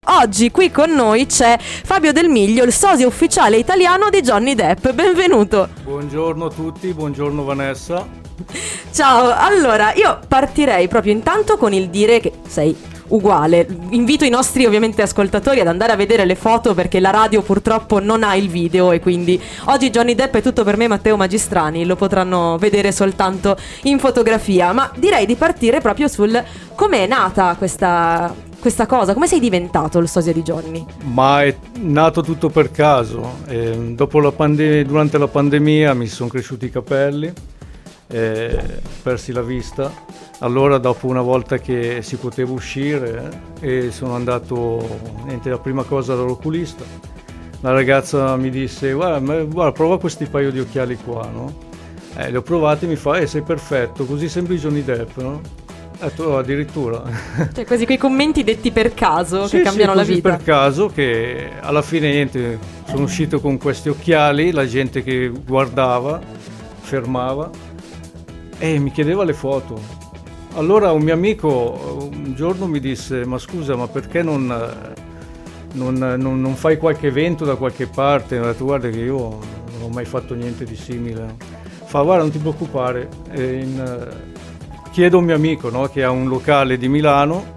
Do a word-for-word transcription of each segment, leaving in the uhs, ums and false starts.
Oggi qui con noi c'è Fabio Del Miglio, il sosia ufficiale italiano di Johnny Depp. Benvenuto. Buongiorno a tutti, buongiorno Vanessa. Ciao, allora io partirei proprio intanto con il dire che sei uguale. Invito i nostri ovviamente ascoltatori ad andare a vedere le foto perché la radio purtroppo non ha il video e quindi oggi Johnny Depp è tutto per me Matteo Magistrani, lo potranno vedere soltanto in fotografia. Ma direi di partire proprio sul come è nata questa... questa cosa, come sei diventato il sosia di Johnny? Ma è nato tutto per caso. Eh, dopo la pandemia, durante la pandemia mi sono cresciuti i capelli, eh, persi la vista. Allora dopo una volta che si poteva uscire eh, e sono andato, niente, la prima cosa dall'oculista. La ragazza mi disse guarda, guarda prova questi paio di occhiali qua, no? Eh, li ho provati e mi fa eh sei perfetto, così sembri Johnny Depp, no? Oh, addirittura, cioè quasi quei commenti detti per caso sì, che cambiano sì, la così vita. Per caso che alla fine niente, sono uscito con questi occhiali, la gente che guardava fermava e mi chiedeva le foto. Allora un mio amico un giorno mi disse ma scusa ma perché non, non, non, non fai qualche evento da qualche parte? Mi ho detto guarda che io non ho mai fatto niente di simile. Fa guarda non ti preoccupare, in, chiedo a un mio amico, no, che ha un locale di Milano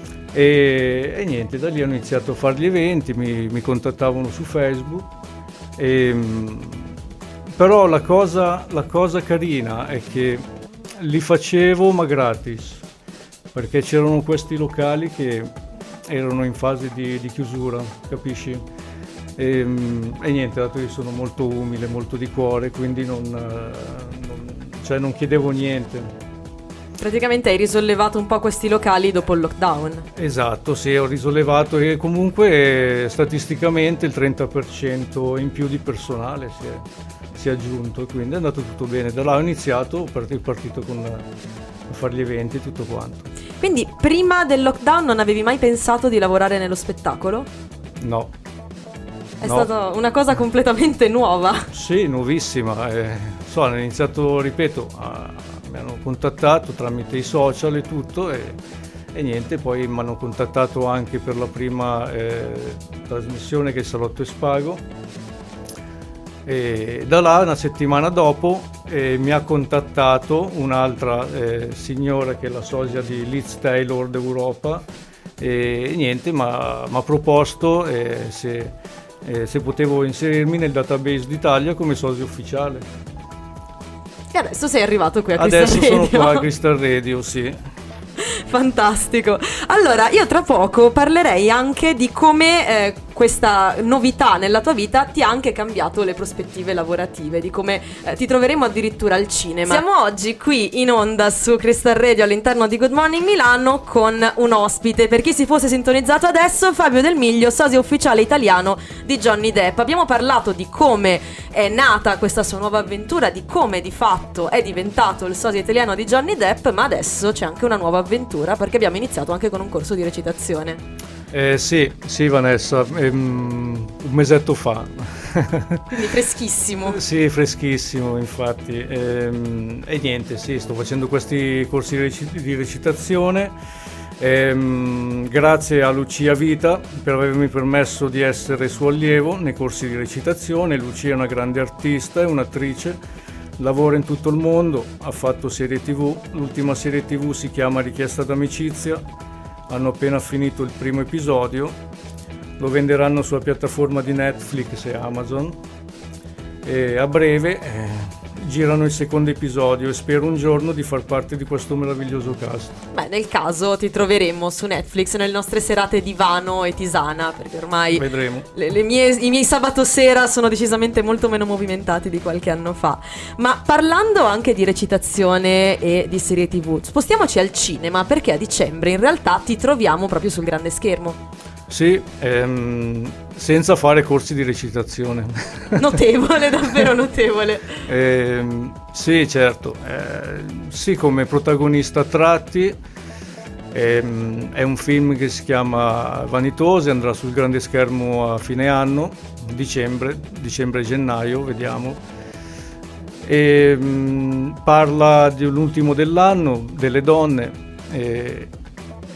e, e niente, da lì hanno iniziato a fare gli eventi, mi, mi contattavano su Facebook e, però la cosa, la cosa carina è che li facevo ma gratis perché c'erano questi locali che erano in fase di, di chiusura, capisci? E, e niente, dato che io sono molto umile, molto di cuore, quindi non, non, cioè non chiedevo niente. Praticamente hai risollevato un po' questi locali dopo il lockdown. Esatto, sì, ho risollevato e comunque eh, statisticamente il trenta per cento in più di personale si è, si è aggiunto e quindi è andato tutto bene. Da là ho iniziato, ho partito con, a fare gli eventi e tutto quanto. Quindi prima del lockdown non avevi mai pensato di lavorare nello spettacolo? No. È no. stata una cosa completamente nuova. Sì, nuovissima. Eh, so, hanno iniziato, ripeto, a... mi hanno contattato tramite i social e tutto e, e niente, poi mi hanno contattato anche per la prima eh, trasmissione che è Salotto e Spago e da là una settimana dopo eh, mi ha contattato un'altra eh, signora che è la sosia di Liz Taylor d'Europa e niente, mi ha proposto eh, se, eh, se potevo inserirmi nel database d'Italia come sosia ufficiale. E adesso sei arrivato qui a Crystal Radio. Radio. Adesso sono qua a Crystal Radio, sì. Fantastico. Allora, io tra poco parlerei anche di come eh, questa novità nella tua vita ti ha anche cambiato le prospettive lavorative, di come eh, ti troveremo addirittura al cinema. Siamo oggi qui in onda su Crystal Radio all'interno di Good Morning Milano con un ospite. Per chi si fosse sintonizzato adesso, Fabio Del Miglio, sosia ufficiale italiano di Johnny Depp. Abbiamo parlato di come è nata questa sua nuova avventura, di come di fatto è diventato il sosia italiano di Johnny Depp, ma adesso c'è anche una nuova avventura perché abbiamo iniziato anche con un corso di recitazione. Eh, sì, sì Vanessa, ehm, un mesetto fa. Quindi freschissimo. Sì, freschissimo infatti. Ehm, e niente, sì, sto facendo questi corsi di, rec- di recitazione. Ehm, grazie a Lucia Vita per avermi permesso di essere suo allievo nei corsi di recitazione. Lucia è una grande artista, è un'attrice. Lavora in tutto il mondo, ha fatto serie tivù, l'ultima serie tivù si chiama Richiesta d'amicizia, hanno appena finito il primo episodio, lo venderanno sulla piattaforma di Netflix e Amazon e a breve eh, girano il secondo episodio e spero un giorno di far parte di questo meraviglioso cast. Beh, nel caso ti troveremo su Netflix nelle nostre serate divano e tisana, perché ormai vedremo. Le, le mie, i miei sabato sera sono decisamente molto meno movimentati di qualche anno fa. Ma parlando anche di recitazione e di serie tivù, spostiamoci al cinema perché a dicembre in realtà ti troviamo proprio sul grande schermo. Sì, ehm, senza fare corsi di recitazione. Notevole, davvero notevole. ehm, sì, certo. Eh, sì, come protagonista a tratti. Ehm, è un film che si chiama Vanitosi, andrà sul grande schermo a fine anno, dicembre, dicembre-gennaio, vediamo. Ehm, parla dell'ultimo dell'anno, delle donne. E,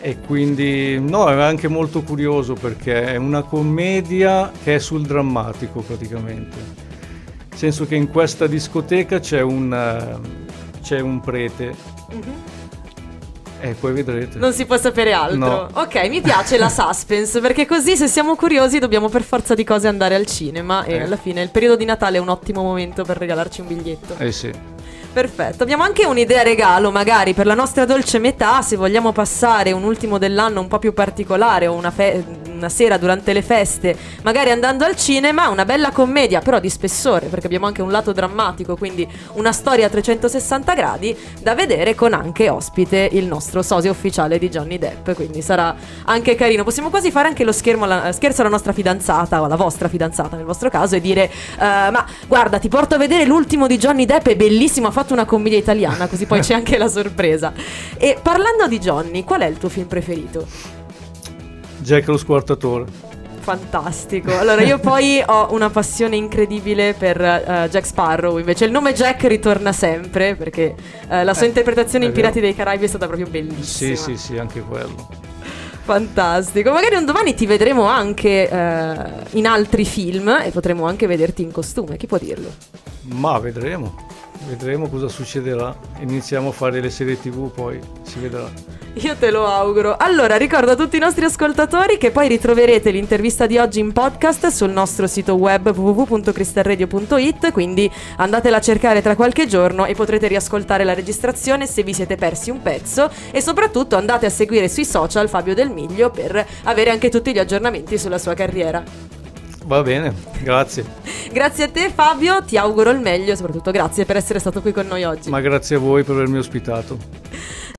E quindi no, è anche molto curioso perché è una commedia che è sul drammatico praticamente. Nel senso che in questa discoteca c'è un, c'è un prete. Mm-hmm. E poi vedrete. Non si può sapere altro. No. Ok, mi piace la suspense, perché così se siamo curiosi dobbiamo per forza di cose andare al cinema. E eh. alla fine il periodo di Natale è un ottimo momento per regalarci un biglietto. Eh sì. Perfetto, abbiamo anche un'idea regalo magari per la nostra dolce metà, se vogliamo passare un ultimo dell'anno un po' più particolare o una, fe- una sera durante le feste, magari andando al cinema, una bella commedia però di spessore, perché abbiamo anche un lato drammatico, quindi una storia a trecentosessanta gradi da vedere con anche ospite il nostro sosia ufficiale di Johnny Depp, quindi sarà anche carino. Possiamo quasi fare anche lo schermo alla, scherzo alla nostra fidanzata o alla vostra fidanzata nel vostro caso e dire uh, ma guarda, ti porto a vedere l'ultimo di Johnny Depp, è bellissimo, ha fatto una commedia italiana, così poi c'è anche la sorpresa. E parlando di Johnny, qual è il tuo film preferito? Jack lo squartatore. Fantastico. Allora io poi ho una passione incredibile per uh, Jack Sparrow, invece il nome Jack ritorna sempre perché uh, la sua eh, interpretazione in Pirati dei Caraibi è stata proprio bellissima. Sì, sì, sì, anche quello. Fantastico. Magari un domani ti vedremo anche uh, in altri film e potremo anche vederti in costume, chi può dirlo? Ma vedremo. Vedremo cosa succederà. Iniziamo a fare le serie tv, poi si vedrà. Io te lo auguro. Allora, ricordo a tutti i nostri ascoltatori che poi ritroverete l'intervista di oggi in podcast sul nostro sito web w w w punto crystal radio punto i t, quindi andatela a cercare tra qualche giorno e potrete riascoltare la registrazione se vi siete persi un pezzo, e soprattutto andate a seguire sui social Fabio Del Miglio per avere anche tutti gli aggiornamenti sulla sua carriera. Va bene, grazie. Grazie a te Fabio, ti auguro il meglio e soprattutto grazie per essere stato qui con noi oggi. Ma grazie a voi per avermi ospitato.